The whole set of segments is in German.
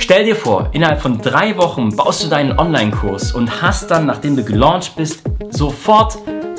Stell dir vor, innerhalb von 3 Wochen baust du deinen Online-Kurs und hast dann, nachdem du gelauncht bist, sofort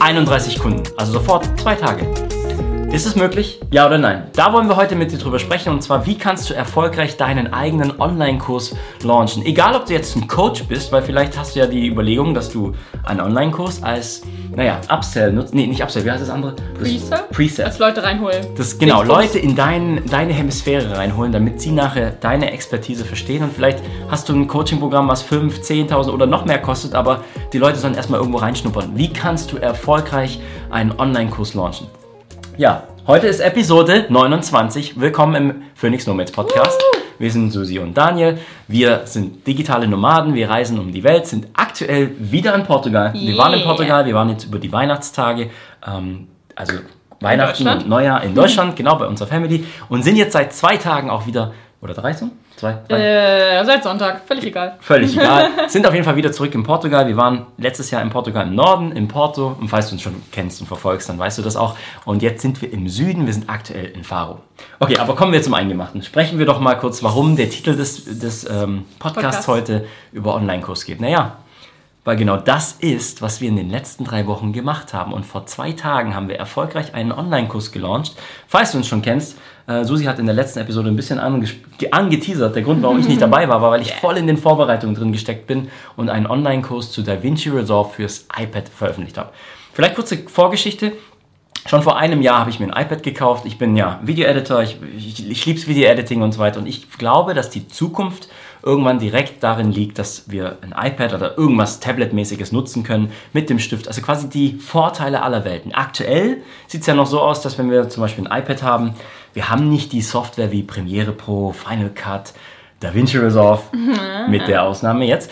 31 Kunden. Also sofort 2 Tage. Ist es möglich? Ja oder nein? Da wollen wir heute mit dir drüber sprechen, und zwar, wie kannst du erfolgreich deinen eigenen Online-Kurs launchen? Egal, ob du jetzt ein Coach bist, weil vielleicht hast du ja die Überlegung, dass du einen Online-Kurs als, Upsell nutzt. Nee, nicht Upsell, wie heißt das andere? Presell. Als Leute reinholen. Genau, Leute in deine Hemisphäre reinholen, damit sie nachher deine Expertise verstehen, und vielleicht hast du ein Coaching-Programm, was 5.000, 10.000 oder noch mehr kostet, aber die Leute sollen erstmal irgendwo reinschnuppern. Wie kannst du erfolgreich einen Online-Kurs launchen? Ja, heute ist Episode 29. Willkommen im Phoenix Nomads Podcast. Wir sind Susi und Daniel. Wir sind digitale Nomaden. Wir reisen um die Welt, sind aktuell wieder in Portugal. Yeah. Wir waren in Portugal, wir waren jetzt über die Weihnachtstage, also Weihnachten und Neujahr in Deutschland, genau, bei unserer Family, und sind jetzt seit 2 Tagen auch wieder, oder 3 so? 2? Seit Sonntag, völlig egal. Völlig egal. Sind auf jeden Fall wieder zurück in Portugal. Wir waren letztes Jahr in Portugal im Norden, in Porto. Und falls du uns schon kennst und verfolgst, dann weißt du das auch. Und jetzt sind wir im Süden. Wir sind aktuell in Faro. Okay, aber kommen wir zum Eingemachten. Sprechen wir doch mal kurz, warum der Titel des Podcasts heute über Online-Kurs geht. Weil genau das ist, was wir in den letzten 3 Wochen gemacht haben. Und vor 2 Tagen haben wir erfolgreich einen Online-Kurs gelauncht. Falls du uns schon kennst, Susi hat in der letzten Episode ein bisschen angeteasert. Der Grund, warum ich nicht dabei war, weil ich voll in den Vorbereitungen drin gesteckt bin und einen Online-Kurs zu DaVinci Resolve fürs iPad veröffentlicht habe. Vielleicht kurze Vorgeschichte. Schon vor einem Jahr habe ich mir ein iPad gekauft. Ich bin Video-Editor, ich liebe Video-Editing und so weiter. Und ich glaube, dass die Zukunft irgendwann direkt darin liegt, dass wir ein iPad oder irgendwas Tablet-mäßiges nutzen können mit dem Stift. Also quasi die Vorteile aller Welten. Aktuell sieht es ja noch so aus, dass wenn wir zum Beispiel ein iPad haben, wir haben nicht die Software wie Premiere Pro, Final Cut, DaVinci Resolve, mit der Ausnahme jetzt.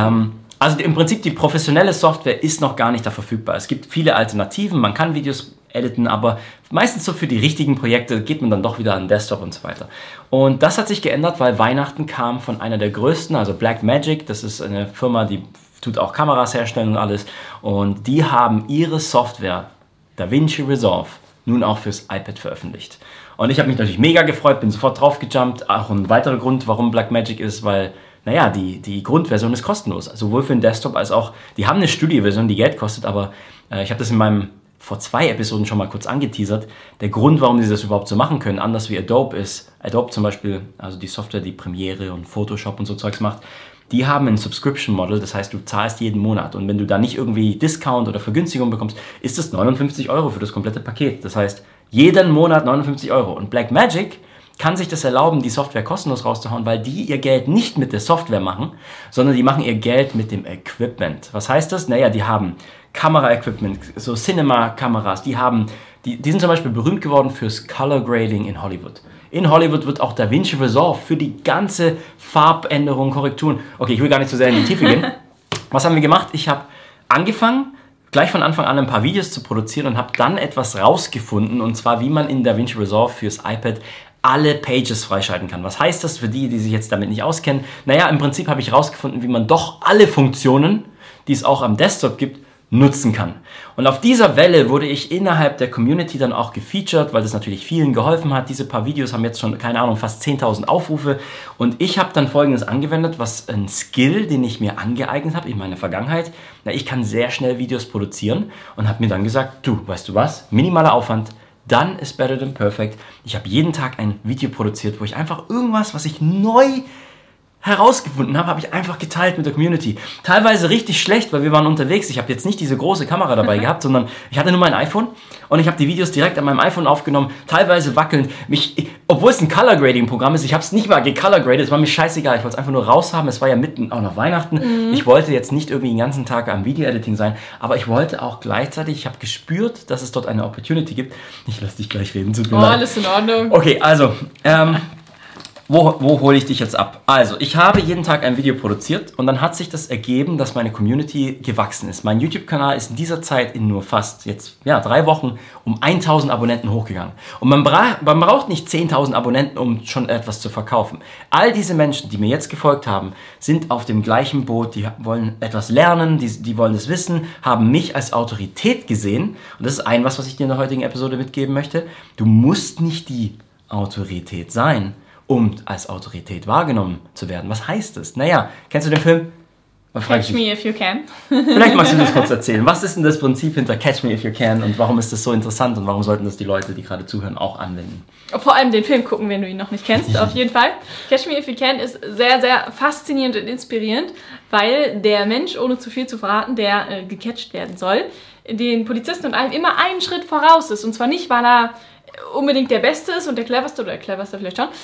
Also im Prinzip die professionelle Software ist noch gar nicht da verfügbar. Es gibt viele Alternativen, man kann Videos editen, aber meistens so für die richtigen Projekte geht man dann doch wieder an Desktop und so weiter. Und das hat sich geändert, weil Weihnachten kam von einer der größten, also Blackmagic, das ist eine Firma, die tut auch Kameras herstellen und alles, und die haben ihre Software DaVinci Resolve nun auch fürs iPad veröffentlicht. Und ich habe mich natürlich mega gefreut, bin sofort drauf gejumpt. Auch ein weiterer Grund, warum Blackmagic ist, weil die Grundversion ist kostenlos, sowohl für den Desktop als auch, die haben eine Studioversion, die Geld kostet, aber ich habe das vor 2 Episoden schon mal kurz angeteasert. Der Grund, warum sie das überhaupt so machen können, anders wie Adobe ist, Adobe zum Beispiel, also die Software, die Premiere und Photoshop und so Zeugs macht, die haben ein Subscription-Model, das heißt, du zahlst jeden Monat, und wenn du da nicht irgendwie Discount oder Vergünstigung bekommst, ist es 59 € für das komplette Paket. Das heißt, jeden Monat 59 €. Und Blackmagic kann sich das erlauben, die Software kostenlos rauszuhauen, weil die ihr Geld nicht mit der Software machen, sondern die machen ihr Geld mit dem Equipment. Was heißt das? Die haben Kamera-Equipment, so Cinema-Kameras, die sind zum Beispiel berühmt geworden fürs Color Grading in Hollywood. In Hollywood wird auch DaVinci Resolve für die ganze Farbänderung, Korrekturen. Okay, ich will gar nicht so sehr in die Tiefe gehen. Was haben wir gemacht? Ich habe angefangen, gleich von Anfang an ein paar Videos zu produzieren und habe dann etwas rausgefunden, und zwar, wie man in DaVinci Resolve fürs iPad alle Pages freischalten kann. Was heißt das für die sich jetzt damit nicht auskennen? Im Prinzip habe ich rausgefunden, wie man doch alle Funktionen, die es auch am Desktop gibt, nutzen kann. Und auf dieser Welle wurde ich innerhalb der Community dann auch gefeatured, weil das natürlich vielen geholfen hat. Diese paar Videos haben jetzt schon, fast 10.000 Aufrufe. Und ich habe dann Folgendes angewendet, was ein Skill, den ich mir angeeignet habe in meiner Vergangenheit. Ich kann sehr schnell Videos produzieren, und habe mir dann gesagt, du, weißt du was? Minimaler Aufwand, done is better than perfect. Ich habe jeden Tag ein Video produziert, wo ich einfach irgendwas, was ich neu herausgefunden habe ich einfach geteilt mit der Community. Teilweise richtig schlecht, weil wir waren unterwegs. Ich habe jetzt nicht diese große Kamera dabei gehabt, sondern ich hatte nur mein iPhone, und ich habe die Videos direkt an meinem iPhone aufgenommen, teilweise wackelnd. Obwohl es ein Color Grading Programm ist, ich habe es nicht mal gecolor graded, es war mir scheißegal. Ich wollte es einfach nur raushaben. Es war ja mitten auch noch Weihnachten. Ich wollte jetzt nicht irgendwie den ganzen Tag am Video-Editing sein, aber ich wollte auch gleichzeitig, ich habe gespürt, dass es dort eine Opportunity gibt. Ich lasse dich gleich reden, tut mir leid. Alles in Ordnung. Okay, also, Wo hole ich dich jetzt ab? Also, ich habe jeden Tag ein Video produziert, und dann hat sich das ergeben, dass meine Community gewachsen ist. Mein YouTube-Kanal ist in dieser Zeit in nur fast 3 Wochen um 1.000 Abonnenten hochgegangen. Und man braucht nicht 10.000 Abonnenten, um schon etwas zu verkaufen. All diese Menschen, die mir jetzt gefolgt haben, sind auf dem gleichen Boot, die wollen etwas lernen, die wollen es wissen, haben mich als Autorität gesehen. Und das ist was ich dir in der heutigen Episode mitgeben möchte. Du musst nicht die Autorität sein, um als Autorität wahrgenommen zu werden. Was heißt das? Naja, kennst du den Film? Catch Me If You Can. Vielleicht magst du das kurz erzählen. Was ist denn das Prinzip hinter Catch Me If You Can und warum ist das so interessant und warum sollten das die Leute, die gerade zuhören, auch anwenden? Vor allem den Film gucken, wenn du ihn noch nicht kennst, auf jeden Fall. Catch Me If You Can ist sehr, sehr faszinierend und inspirierend, weil der Mensch, ohne zu viel zu verraten, der gecatcht werden soll, den Polizisten und allem immer einen Schritt voraus ist. Und zwar nicht, weil er unbedingt der Beste ist und der Cleverste, oder der Cleverste vielleicht schon.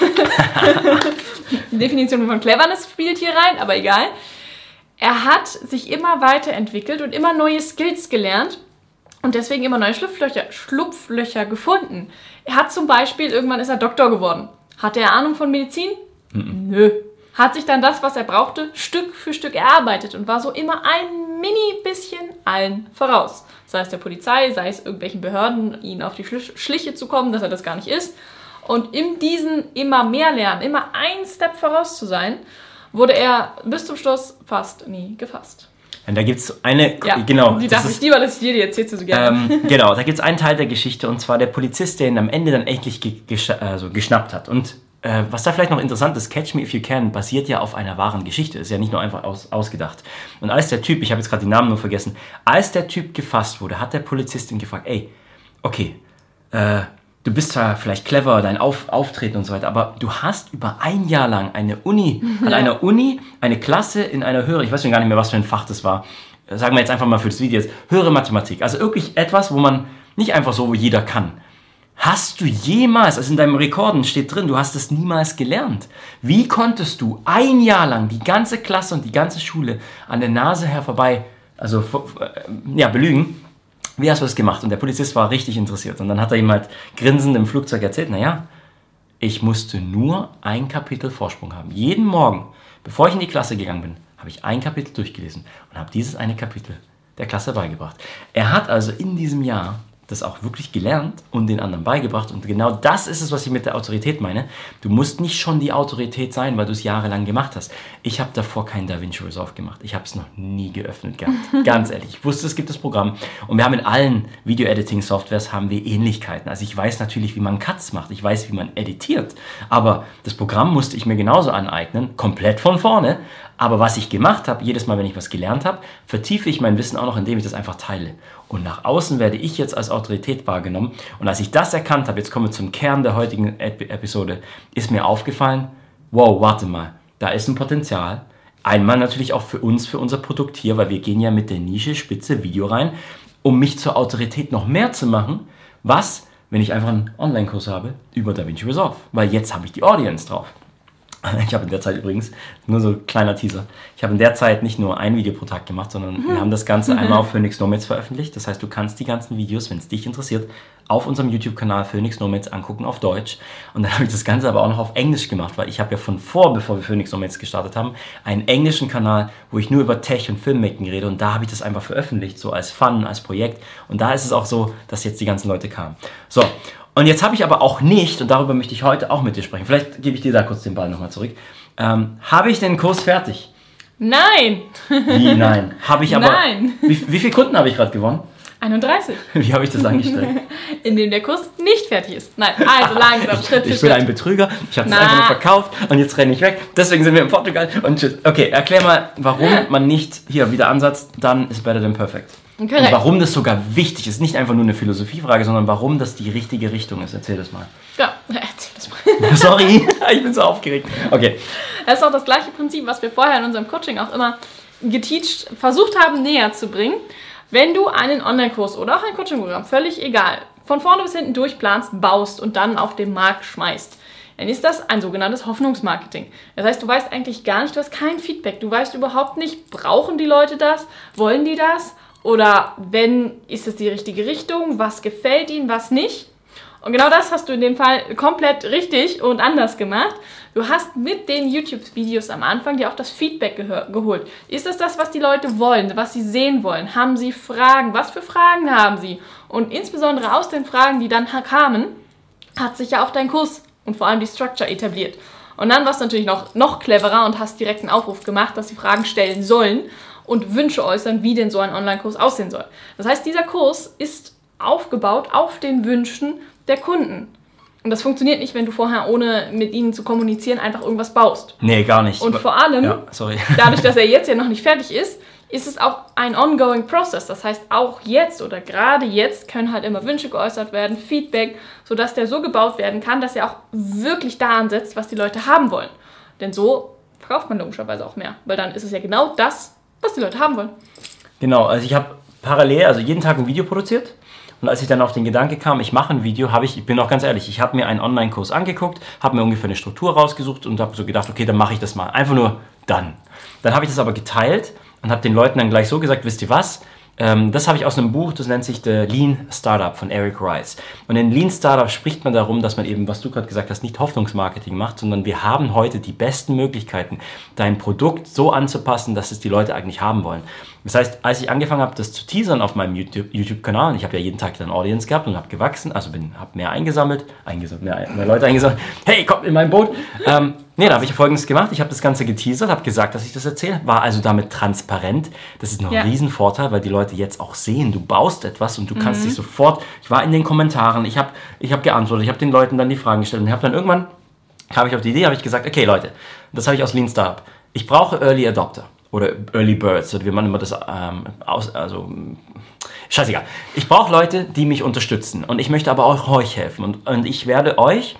Die Definition von Cleverness spielt hier rein, aber egal. Er hat sich immer weiterentwickelt und immer neue Skills gelernt und deswegen immer neue Schlupflöcher gefunden. Er hat zum Beispiel, irgendwann ist er Doktor geworden. Hatte er Ahnung von Medizin? Nö. Hat sich dann das, was er brauchte, Stück für Stück erarbeitet und war so immer ein mini bisschen allen voraus. Sei es der Polizei, sei es irgendwelchen Behörden, ihnen auf die Schliche zu kommen, dass er das gar nicht ist. Und in diesen immer mehr lernen, immer ein Step voraus zu sein, wurde er bis zum Schluss fast nie gefasst. Und da gibt es eine, genau. Die darf ich lieber, dass ich dir die erzählst du so gerne. Genau, da gibt es einen Teil der Geschichte und zwar der Polizist, der ihn am Ende dann endlich geschnappt hat. Und was da vielleicht noch interessant ist, Catch Me If You Can basiert ja auf einer wahren Geschichte. Ist ja nicht nur einfach ausgedacht. Und als der Typ, ich habe jetzt gerade den Namen nur vergessen, als der Typ gefasst wurde, hat der Polizist ihn gefragt, ey, okay, du bist zwar vielleicht clever, dein Auftreten und so weiter, aber du hast über ein Jahr lang an einer Uni, eine Klasse in einer höheren, ich weiß schon gar nicht mehr, was für ein Fach das war, sagen wir jetzt einfach mal für das Video jetzt, höhere Mathematik, also wirklich etwas, wo man nicht einfach so, wo jeder kann. Hast du jemals, also in deinem Rekorden steht drin, du hast es niemals gelernt. Wie konntest du ein Jahr lang die ganze Klasse und die ganze Schule an der Nase her vorbei, belügen? Wie hast du das gemacht? Und der Polizist war richtig interessiert. Und dann hat er ihm halt grinsend im Flugzeug erzählt, naja, ich musste nur ein Kapitel Vorsprung haben. Jeden Morgen, bevor ich in die Klasse gegangen bin, habe ich ein Kapitel durchgelesen und habe dieses eine Kapitel der Klasse beigebracht. Er hat also in diesem Jahr das auch wirklich gelernt und den anderen beigebracht. Und genau das ist es, was ich mit der Autorität meine. Du musst nicht schon die Autorität sein, weil du es jahrelang gemacht hast. Ich habe davor kein DaVinci Resolve gemacht. Ich habe es noch nie geöffnet gehabt. Ganz ehrlich. Ich wusste, es gibt das Programm. Und wir haben in allen Video-Editing-Softwares haben wir Ähnlichkeiten. Also ich weiß natürlich, wie man Cuts macht. Ich weiß, wie man editiert. Aber das Programm musste ich mir genauso aneignen. Komplett von vorne. Aber was ich gemacht habe, jedes Mal, wenn ich was gelernt habe, vertiefe ich mein Wissen auch noch, indem ich das einfach teile. Und nach außen werde ich jetzt als Autorität wahrgenommen. Und als ich das erkannt habe, jetzt kommen wir zum Kern der heutigen Episode, ist mir aufgefallen, wow, warte mal, da ist ein Potenzial. Einmal natürlich auch für uns, für unser Produkt hier, weil wir gehen ja mit der Nische Spitze Video rein, um mich zur Autorität noch mehr zu machen. Was, wenn ich einfach einen Online-Kurs habe über DaVinci Resolve? Weil jetzt habe ich die Audience drauf. Ich habe in der Zeit übrigens, nur so ein kleiner Teaser, ich habe in der Zeit nicht nur ein Video pro Tag gemacht, sondern wir haben das Ganze einmal auf Phoenix Nomads veröffentlicht. Das heißt, du kannst die ganzen Videos, wenn es dich interessiert, auf unserem YouTube-Kanal Phoenix Nomads angucken auf Deutsch. Und dann habe ich das Ganze aber auch noch auf Englisch gemacht, weil ich habe ja bevor wir Phoenix Nomads gestartet haben, einen englischen Kanal, wo ich nur über Tech und Filmmaking rede. Und da habe ich das einfach veröffentlicht, so als Fun, als Projekt. Und da ist es auch so, dass jetzt die ganzen Leute kamen. So. Und jetzt habe ich aber auch nicht, und darüber möchte ich heute auch mit dir sprechen, vielleicht gebe ich dir da kurz den Ball nochmal zurück, habe ich den Kurs fertig? Nein! Wie nein? Habe ich aber... Nein! Wie viele Kunden habe ich gerade gewonnen? 31. Wie habe ich das angestellt? Indem der Kurs nicht fertig ist. Nein, also langsam, Schritt für Schritt. Ich bin ein Betrüger, ich habe es einfach nur verkauft und jetzt renne ich weg. Deswegen sind wir in Portugal und tschüss. Okay, erklär mal, warum man nicht, hier wieder Ansatz, dann ist better than perfect. Okay. Und warum das sogar wichtig ist, nicht einfach nur eine Philosophiefrage, sondern warum das die richtige Richtung ist. Erzähl das mal. Ja, erzähl das mal. Sorry, ich bin so aufgeregt. Okay. Das ist auch das gleiche Prinzip, was wir vorher in unserem Coaching auch immer versucht haben, näher zu bringen. Wenn du einen Online-Kurs oder auch ein Coaching-Programm, völlig egal, von vorne bis hinten durchplanst, baust und dann auf den Markt schmeißt, dann ist das ein sogenanntes Hoffnungsmarketing. Das heißt, du weißt eigentlich gar nicht, du hast kein Feedback. Du weißt überhaupt nicht, brauchen die Leute das? Wollen die das? Oder wenn, ist es die richtige Richtung? Was gefällt ihnen, was nicht? Und genau das hast du in dem Fall komplett richtig und anders gemacht. Du hast mit den YouTube-Videos am Anfang dir auch das Feedback geholt. Ist das, was die Leute wollen, was sie sehen wollen? Haben sie Fragen? Was für Fragen haben sie? Und insbesondere aus den Fragen, die dann kamen, hat sich ja auch dein Kurs und vor allem die Structure etabliert. Und dann warst du natürlich noch cleverer und hast direkt einen Aufruf gemacht, dass sie Fragen stellen sollen und Wünsche äußern, wie denn so ein Online-Kurs aussehen soll. Das heißt, dieser Kurs ist aufgebaut auf den Wünschen der Kunden. Und das funktioniert nicht, wenn du vorher, ohne mit ihnen zu kommunizieren, einfach irgendwas baust. Nee, gar nicht. Und vor allem, dadurch, dass er jetzt ja noch nicht fertig ist es auch ein ongoing process. Das heißt, auch jetzt oder gerade jetzt können halt immer Wünsche geäußert werden, Feedback, sodass der so gebaut werden kann, dass er auch wirklich da ansetzt, was die Leute haben wollen. Denn so verkauft man logischerweise auch mehr, weil dann ist es ja genau das, was die Leute haben wollen. Genau, also ich habe parallel, also jeden Tag ein Video produziert. Und als ich dann auf den Gedanke kam, ich mache ein Video, ich bin auch ganz ehrlich, ich habe mir einen Online-Kurs angeguckt, habe mir ungefähr eine Struktur rausgesucht und habe so gedacht, okay, dann mache ich das mal. Einfach nur dann. Dann habe ich das aber geteilt und habe den Leuten dann gleich so gesagt, wisst ihr was? Das habe ich aus einem Buch, das nennt sich The Lean Startup von Eric Rice. Und in Lean Startup spricht man darum, dass man eben, was du gerade gesagt hast, nicht Hoffnungsmarketing macht, sondern wir haben heute die besten Möglichkeiten, dein Produkt so anzupassen, dass es die Leute eigentlich haben wollen. Das heißt, als ich angefangen habe, das zu teasern auf meinem YouTube-Kanal, und ich habe ja jeden Tag dann Audience gehabt und habe gewachsen, also habe mehr mehr Leute eingesammelt. Hey, kommt in mein Boot! Da habe ich Folgendes gemacht. Ich habe das Ganze geteasert, habe gesagt, dass ich das erzähle, war also damit transparent. Das ist noch ein Riesenvorteil, weil die Leute jetzt auch sehen, du baust etwas und du kannst dich sofort, ich war in den Kommentaren, ich hab geantwortet, ich habe den Leuten dann die Fragen gestellt und habe dann irgendwann, habe ich gesagt, okay Leute, das habe ich aus Lean Startup. Ich brauche Early Adopter oder Early Birds oder wie man immer das scheißegal. Ich brauche Leute, die mich unterstützen und ich möchte aber auch euch helfen und ich werde euch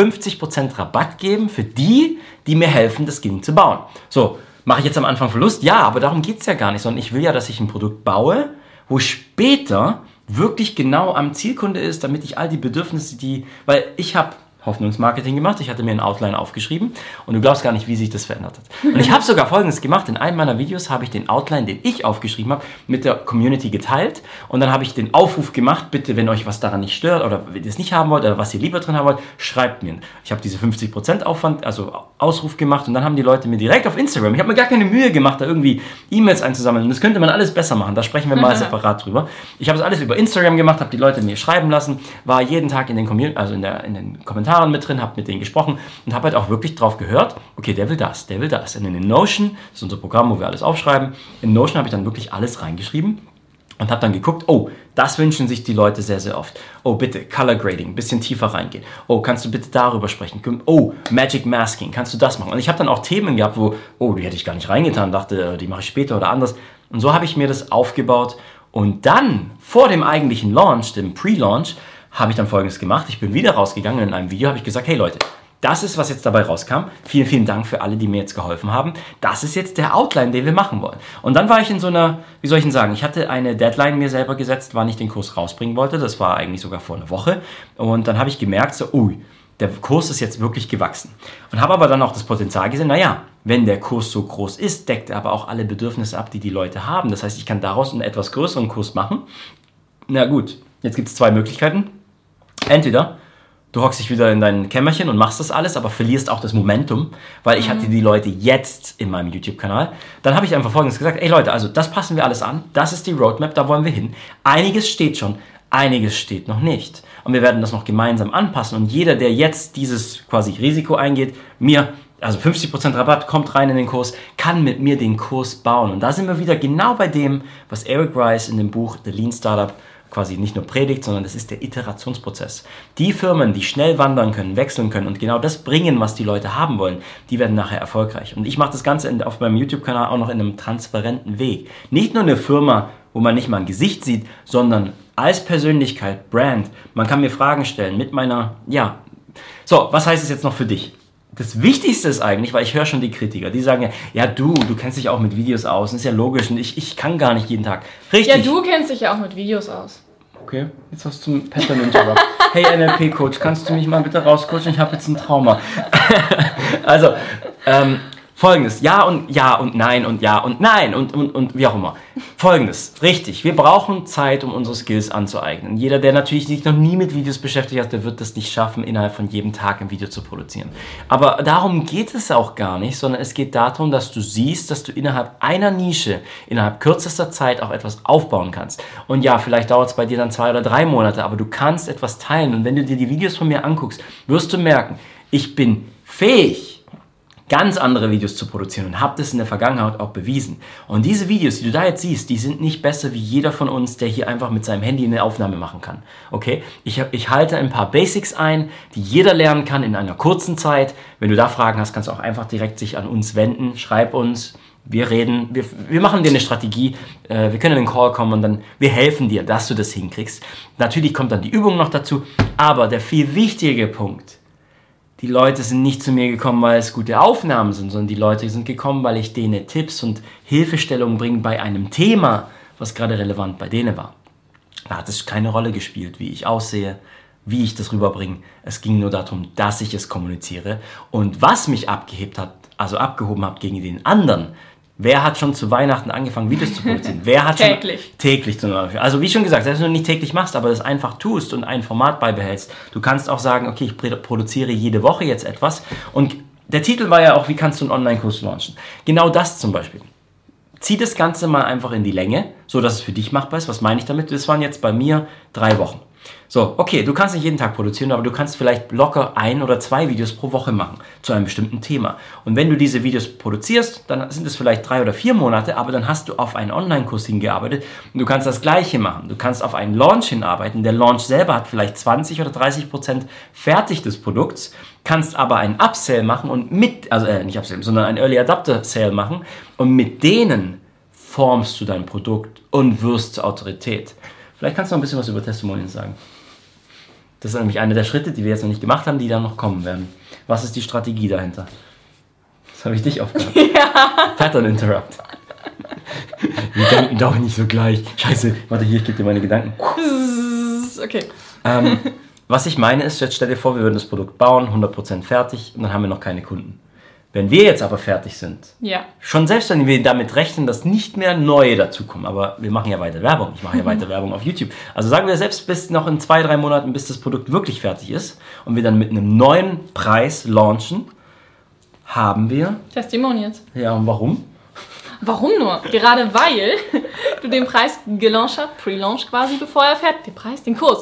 50% Rabatt geben für die mir helfen, das Ding zu bauen. So, mache ich jetzt am Anfang Verlust? Ja, aber darum geht es ja gar nicht, sondern ich will ja, dass ich ein Produkt baue, wo später wirklich genau am Zielkunde ist, damit ich all die Bedürfnisse, weil ich habe Hoffnungsmarketing gemacht, ich hatte mir einen Outline aufgeschrieben und du glaubst gar nicht, wie sich das verändert hat. Und ich habe sogar Folgendes gemacht, in einem meiner Videos habe ich den Outline, den ich aufgeschrieben habe, mit der Community geteilt und dann habe ich den Aufruf gemacht, bitte, wenn euch was daran nicht stört oder wenn ihr es nicht haben wollt oder was ihr lieber drin haben wollt, schreibt mir. Ich habe diese 50% Aufwand, also Ausruf gemacht und dann haben die Leute mir direkt auf Instagram, ich habe mir gar keine Mühe gemacht, da irgendwie E-Mails einzusammeln und das könnte man alles besser machen, da sprechen wir mal separat drüber. Ich habe das alles über Instagram gemacht, habe die Leute mir schreiben lassen, war jeden Tag in den in den Kommentaren mit drin, habe mit denen gesprochen und habe halt auch wirklich drauf gehört, okay, der will das. Und in Notion, das ist unser Programm, wo wir alles aufschreiben, in Notion habe ich dann wirklich alles reingeschrieben und habe dann geguckt, oh, das wünschen sich die Leute sehr, sehr oft. Oh, bitte, Color Grading, ein bisschen tiefer reingehen. Oh, kannst du bitte darüber sprechen? Oh, Magic Masking, kannst du das machen? Und ich habe dann auch Themen gehabt, die hätte ich gar nicht reingetan, dachte, die mache ich später oder anders. Und so habe ich mir das aufgebaut und dann, vor dem eigentlichen Launch, dem Pre-Launch, habe ich dann Folgendes gemacht. Ich bin wieder rausgegangen und in einem Video habe ich gesagt, hey Leute, das ist, was jetzt dabei rauskam. Vielen, vielen Dank für alle, die mir jetzt geholfen haben. Das ist jetzt der Outline, den wir machen wollen. Und dann war ich in so einer, wie soll ich denn sagen, ich hatte eine Deadline mir selber gesetzt, wann ich den Kurs rausbringen wollte. Das war eigentlich sogar vor einer Woche. Und dann habe ich gemerkt, der Kurs ist jetzt wirklich gewachsen. Und habe aber dann auch das Potenzial gesehen, wenn der Kurs so groß ist, deckt er aber auch alle Bedürfnisse ab, die die Leute haben. Das heißt, ich kann daraus einen etwas größeren Kurs machen. Na gut, jetzt gibt es zwei Möglichkeiten. Entweder du hockst dich wieder in dein Kämmerchen und machst das alles, aber verlierst auch das Momentum, weil ich hatte die Leute jetzt in meinem YouTube-Kanal. Dann habe ich einfach Folgendes gesagt, ey Leute, also das passen wir alles an, das ist die Roadmap, da wollen wir hin. Einiges steht schon, einiges steht noch nicht. Und wir werden das noch gemeinsam anpassen und jeder, der jetzt dieses quasi Risiko eingeht, also 50% Rabatt, kommt rein in den Kurs, kann mit mir den Kurs bauen. Und da sind wir wieder genau bei dem, was Eric Rice in dem Buch The Lean Startup quasi nicht nur predigt, sondern das ist der Iterationsprozess. Die Firmen, die schnell wandern können, wechseln können und genau das bringen, was die Leute haben wollen, die werden nachher erfolgreich. Und ich mache das Ganze auf meinem YouTube-Kanal auch noch in einem transparenten Weg. Nicht nur eine Firma, wo man nicht mal ein Gesicht sieht, sondern als Persönlichkeit, Brand. Man kann mir Fragen stellen mit meiner, So, was heißt es jetzt noch für dich? Das Wichtigste ist eigentlich, weil ich höre schon die Kritiker, die sagen ja, du kennst dich auch mit Videos aus, das ist ja logisch und ich kann gar nicht jeden Tag. Richtig. Ja, du kennst dich ja auch mit Videos aus. Okay, jetzt hast du einen Pattern interrupt. Hey NLP-Coach, kannst du mich mal bitte rauscoachen? Ich habe jetzt ein Trauma. Also, Folgendes, ja und nein und ja und nein und wie auch immer. Folgendes, richtig, wir brauchen Zeit, um unsere Skills anzueignen. Jeder, der natürlich sich noch nie mit Videos beschäftigt hat, der wird das nicht schaffen, innerhalb von jedem Tag ein Video zu produzieren. Aber darum geht es auch gar nicht, sondern es geht darum, dass du siehst, dass du innerhalb einer Nische, innerhalb kürzester Zeit auch etwas aufbauen kannst. Und ja, vielleicht dauert es bei dir dann 2 oder 3 Monate, aber du kannst etwas teilen. Und wenn du dir die Videos von mir anguckst, wirst du merken, ich bin fähig, ganz andere Videos zu produzieren und habe das in der Vergangenheit auch bewiesen. Und diese Videos, die du da jetzt siehst, die sind nicht besser wie jeder von uns, der hier einfach mit seinem Handy eine Aufnahme machen kann. Okay? Ich halte ein paar Basics ein, die jeder lernen kann in einer kurzen Zeit. Wenn du da Fragen hast, kannst du auch einfach direkt sich an uns wenden. Schreib uns. Wir reden, wir machen dir eine Strategie, wir können in den Call kommen und dann, wir helfen dir, dass du das hinkriegst. Natürlich kommt dann die Übung noch dazu, aber der viel wichtigere Punkt, die Leute sind nicht zu mir gekommen, weil es gute Aufnahmen sind, sondern die Leute sind gekommen, weil ich denen Tipps und Hilfestellungen bringe bei einem Thema, was gerade relevant bei denen war. Da hat es keine Rolle gespielt, wie ich aussehe, wie ich das rüberbringe. Es ging nur darum, dass ich es kommuniziere. Und was mich abgehoben hat gegen den anderen, wer hat schon zu Weihnachten angefangen, Videos zu produzieren? Wer hat täglich zum Beispiel. Also wie schon gesagt, selbst wenn du nicht täglich machst, aber das einfach tust und ein Format beibehältst, du kannst auch sagen, okay, ich produziere jede Woche jetzt etwas. Und der Titel war ja auch, wie kannst du einen Online-Kurs launchen? Genau das zum Beispiel. Zieh das Ganze mal einfach in die Länge, so dass es für dich machbar ist. Was meine ich damit? Das waren jetzt bei mir 3 Wochen. So, okay, du kannst nicht jeden Tag produzieren, aber du kannst vielleicht locker 1 oder 2 Videos pro Woche machen zu einem bestimmten Thema. Und wenn du diese Videos produzierst, dann sind es vielleicht 3 oder 4 Monate, aber dann hast du auf einen Online-Kurs hingearbeitet und du kannst das Gleiche machen. Du kannst auf einen Launch hinarbeiten. Der Launch selber hat vielleicht 20 oder 30% fertig des Produkts, kannst aber einen Upsell machen und nicht Upsell, sondern einen Early Adapter Sale machen und mit denen formst du dein Produkt und wirst zur Autorität. Vielleicht kannst du noch ein bisschen was über Testimonials sagen. Das ist nämlich einer der Schritte, die wir jetzt noch nicht gemacht haben, die dann noch kommen werden. Was ist die Strategie dahinter? Das habe ich dich aufgehört. Ja. Pattern Interrupt. Wir denken doch nicht so gleich. Scheiße, warte hier, ich gebe dir meine Gedanken. Okay. Was ich meine ist, jetzt stell dir vor, wir würden das Produkt bauen, 100% fertig und dann haben wir noch keine Kunden. Wenn wir jetzt aber fertig sind, schon selbst wenn wir damit rechnen, dass nicht mehr neue dazukommen, aber wir machen ja weiter Werbung, ich mache ja weiter Werbung auf YouTube. Also sagen wir selbst bis noch in 2-3 Monaten, bis das Produkt wirklich fertig ist und wir dann mit einem neuen Preis launchen, haben wir... Testimonials. Ja, und warum? Warum nur? Gerade weil du den Preis gelauncht hast, Pre-Launch quasi, bevor er fertig war. Den Kurs.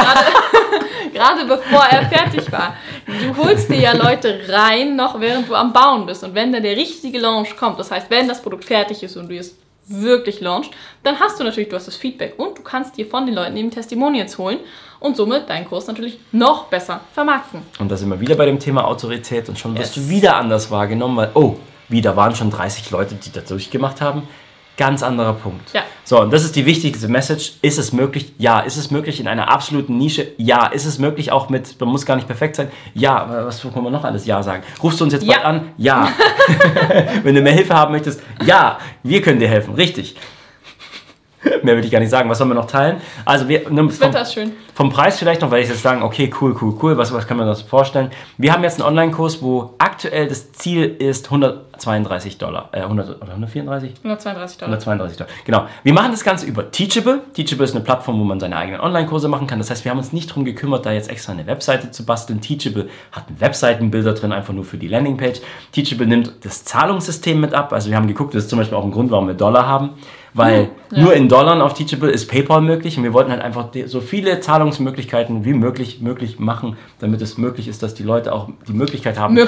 Gerade bevor er fertig war. Du holst dir ja Leute rein, noch während du am Bauen bist. Und wenn dann der richtige Launch kommt, das heißt, wenn das Produkt fertig ist und du es wirklich launchst, dann hast du das Feedback und du kannst dir von den Leuten eben Testimonials holen und somit deinen Kurs natürlich noch besser vermarkten. Und da sind wir wieder bei dem Thema Autorität und schon wirst du wieder anders wahrgenommen, weil, da waren schon 30 Leute, die das durchgemacht haben. Ganz anderer Punkt. Ja. So, und das ist die wichtigste Message. Ist es möglich? Ja. Ist es möglich in einer absoluten Nische? Ja. Ist es möglich auch man muss gar nicht perfekt sein? Ja. Was können wir noch alles Ja sagen? Rufst du uns jetzt bald an? Ja. Wenn du mehr Hilfe haben möchtest? Ja. Wir können dir helfen. Richtig. Mehr will ich gar nicht sagen. Was sollen wir noch teilen? Also das Wetter ist schön. Vom Preis vielleicht noch, weil ich jetzt sagen, okay, cool. Was kann man das vorstellen? Wir haben jetzt einen Online-Kurs, wo aktuell das Ziel ist $132. 134? $132. Genau. Wir machen das Ganze über Teachable. Teachable ist eine Plattform, wo man seine eigenen Online-Kurse machen kann. Das heißt, wir haben uns nicht darum gekümmert, da jetzt extra eine Webseite zu basteln. Teachable hat Webseitenbilder drin, einfach nur für die Landingpage. Teachable nimmt das Zahlungssystem mit ab. Also wir haben geguckt, das ist zum Beispiel auch ein Grund, warum wir Dollar haben. Weil nur in Dollar auf Teachable ist PayPal möglich und wir wollten halt einfach so viele Zahlungsmöglichkeiten wie möglich machen, damit es möglich ist, dass die Leute auch die Möglichkeit haben.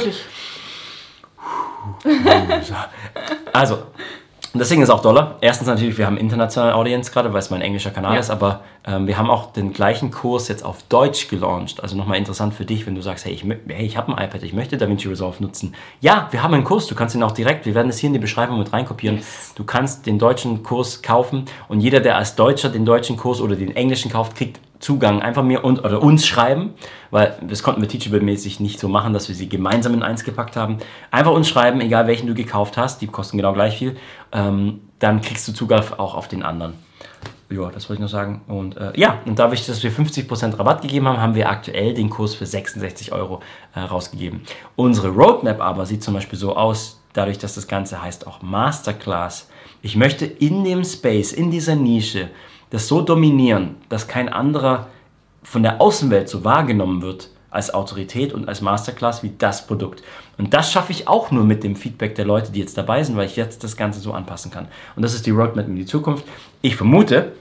Also, deswegen ist auch Dollar. Erstens natürlich, wir haben internationale Audience gerade, weil es mein englischer Kanal ist, aber wir haben auch den gleichen Kurs jetzt auf Deutsch gelauncht. Also nochmal interessant für dich, wenn du sagst, hey, ich habe ein iPad, ich möchte DaVinci Resolve nutzen. Ja, wir haben einen Kurs, du kannst ihn auch direkt, wir werden es hier in die Beschreibung mit reinkopieren. Yes. Du kannst den deutschen Kurs kaufen und jeder, der als Deutscher den deutschen Kurs oder den englischen kauft, kriegt Zugang. Einfach mir oder uns schreiben, weil das konnten wir Teachable-mäßig nicht so machen, dass wir sie gemeinsam in eins gepackt haben. Einfach uns schreiben, egal welchen du gekauft hast, die kosten genau gleich viel, dann kriegst du Zugang auch auf den anderen. Ja, das wollte ich noch sagen. Und und dadurch, dass wir 50% Rabatt gegeben haben, haben wir aktuell den Kurs für 66 € rausgegeben. Unsere Roadmap aber sieht zum Beispiel so aus, dadurch, dass das Ganze heißt auch Masterclass. Ich möchte in dem Space, in dieser Nische, das so dominieren, dass kein anderer von der Außenwelt so wahrgenommen wird als Autorität und als Masterclass wie das Produkt. Und das schaffe ich auch nur mit dem Feedback der Leute, die jetzt dabei sind, weil ich jetzt das Ganze so anpassen kann. Und das ist die Roadmap in die Zukunft. Ich vermute,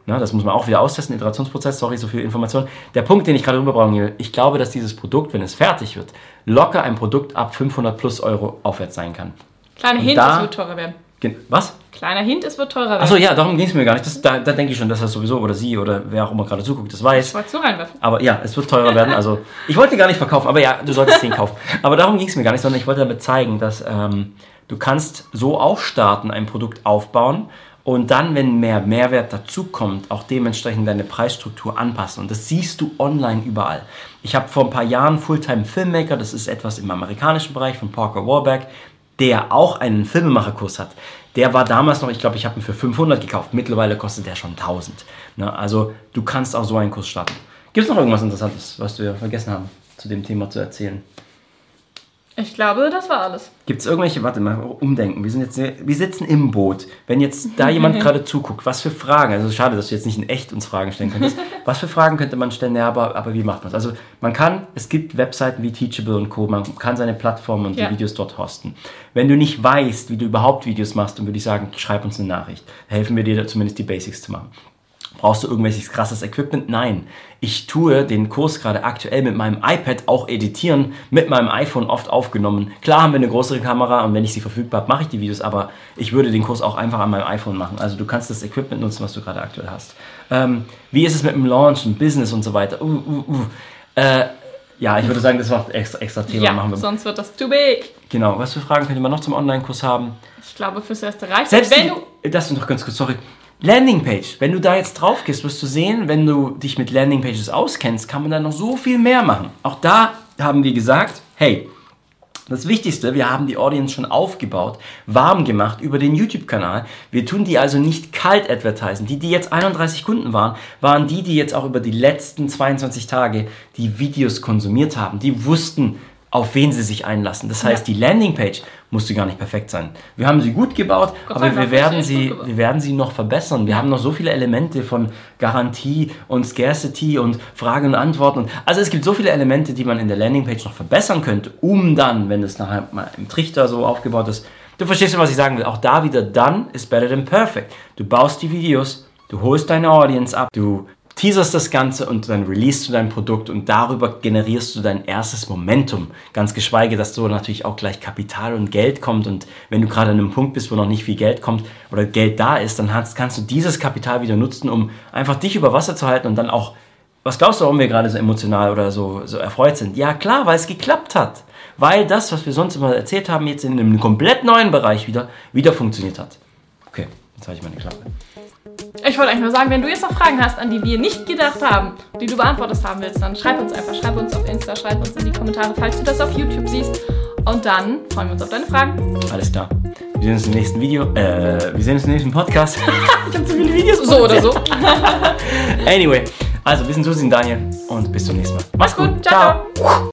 Na, das muss man auch wieder austesten, Iterationsprozess, sorry, so viel Information. Der Punkt, den ich gerade rüberbringen will, ich glaube, dass dieses Produkt, wenn es fertig wird, locker ein Produkt ab 500 plus Euro aufwärts sein kann. Kleiner Hint, es wird teurer werden. Was? Kleiner Hint, es wird teurer werden. Achso, ja, darum ging es mir gar nicht. Da denke ich schon, dass das sowieso oder sie oder wer auch immer gerade zuguckt, das weiß. Ich wollte es so reinwerfen. Aber ja, es wird teurer werden. Also, ich wollte gar nicht verkaufen, aber ja, du solltest den kaufen. Aber darum ging es mir gar nicht, sondern ich wollte damit zeigen, dass du kannst so auch starten, ein Produkt aufbauen und dann, wenn mehr Mehrwert dazukommt, auch dementsprechend deine Preisstruktur anpassen. Und das siehst du online überall. Ich habe vor ein paar Jahren Fulltime Filmmaker, das ist etwas im amerikanischen Bereich von Parker Warburg, der auch einen Filmemacherkurs hat. Der war damals noch, ich glaube, ich habe ihn für 500 gekauft. Mittlerweile kostet der schon 1000. Ne? Also du kannst auch so einen Kurs starten. Gibt es noch irgendwas Interessantes, was wir vergessen haben, zu dem Thema zu erzählen? Ich glaube, das war alles. Gibt es irgendwelche, warte mal, umdenken. Wir sitzen im Boot. Wenn jetzt da jemand gerade zuguckt, was für Fragen, also schade, dass du jetzt nicht in echt uns Fragen stellen könntest, was für Fragen könnte man stellen, ja, aber wie macht man es? Also es gibt Webseiten wie Teachable und Co., man kann seine Plattform und die Videos dort hosten. Wenn du nicht weißt, wie du überhaupt Videos machst, dann würde ich sagen, schreib uns eine Nachricht. Da helfen wir dir da zumindest die Basics zu machen. Brauchst du irgendwelches krasses Equipment? Nein. Ich tue den Kurs gerade aktuell mit meinem iPad auch editieren, mit meinem iPhone oft aufgenommen. Klar haben wir eine größere Kamera und wenn ich sie verfügbar habe, mache ich die Videos, aber ich würde den Kurs auch einfach an meinem iPhone machen. Also du kannst das Equipment nutzen, was du gerade aktuell hast. Wie ist es mit dem Launch und Business und so weiter? Ja, ich würde sagen, das macht extra Thema. Ja, machen wir. Sonst wird das too big. Genau, was für Fragen könnte man noch zum Online-Kurs haben? Ich glaube, fürs erste reicht. Selbst das noch ganz kurz, sorry. Landingpage, wenn du da jetzt drauf gehst, wirst du sehen, wenn du dich mit Landingpages auskennst, kann man da noch so viel mehr machen. Auch da haben wir gesagt, hey, das Wichtigste, wir haben die Audience schon aufgebaut, warm gemacht über den YouTube-Kanal. Wir tun die also nicht kalt advertisen. Die jetzt 31 Kunden waren die jetzt auch über die letzten 22 Tage die Videos konsumiert haben. Die wussten, auf wen sie sich einlassen. Das heißt, die Landingpage musste gar nicht perfekt sein. Wir haben sie gut gebaut, aber wir werden sie noch verbessern. Wir haben noch so viele Elemente von Garantie und Scarcity und Fragen und Antworten. Also es gibt so viele Elemente, die man in der Landingpage noch verbessern könnte, um dann, wenn es nachher mal im Trichter so aufgebaut ist, du verstehst schon, was ich sagen will. Auch da wieder, done is better than perfect. Du baust die Videos, du holst deine Audience ab, du teaserst das Ganze und dann releasest du dein Produkt und darüber generierst du dein erstes Momentum. Ganz geschweige, dass so natürlich auch gleich Kapital und Geld kommt und wenn du gerade an einem Punkt bist, wo noch nicht viel Geld kommt oder Geld da ist, dann kannst du dieses Kapital wieder nutzen, um einfach dich über Wasser zu halten und dann auch, was glaubst du, warum wir gerade so emotional oder so erfreut sind? Ja klar, weil es geklappt hat. Weil das, was wir sonst immer erzählt haben, jetzt in einem komplett neuen Bereich wieder funktioniert hat. Okay, jetzt habe ich meine Klappe. Ich wollte eigentlich nur sagen, wenn du jetzt noch Fragen hast, an die wir nicht gedacht haben, die du beantwortet haben willst, dann schreib uns einfach. Schreib uns auf Insta, schreib uns in die Kommentare, falls du das auf YouTube siehst. Und dann freuen wir uns auf deine Fragen. Alles klar. Wir sehen uns im nächsten Video. Wir sehen uns im nächsten Podcast. Ich habe zu viele Videos. So oder so. Anyway, also wir sind Susi und Daniel und bis zum nächsten Mal. Mach's gut. Ciao, ciao.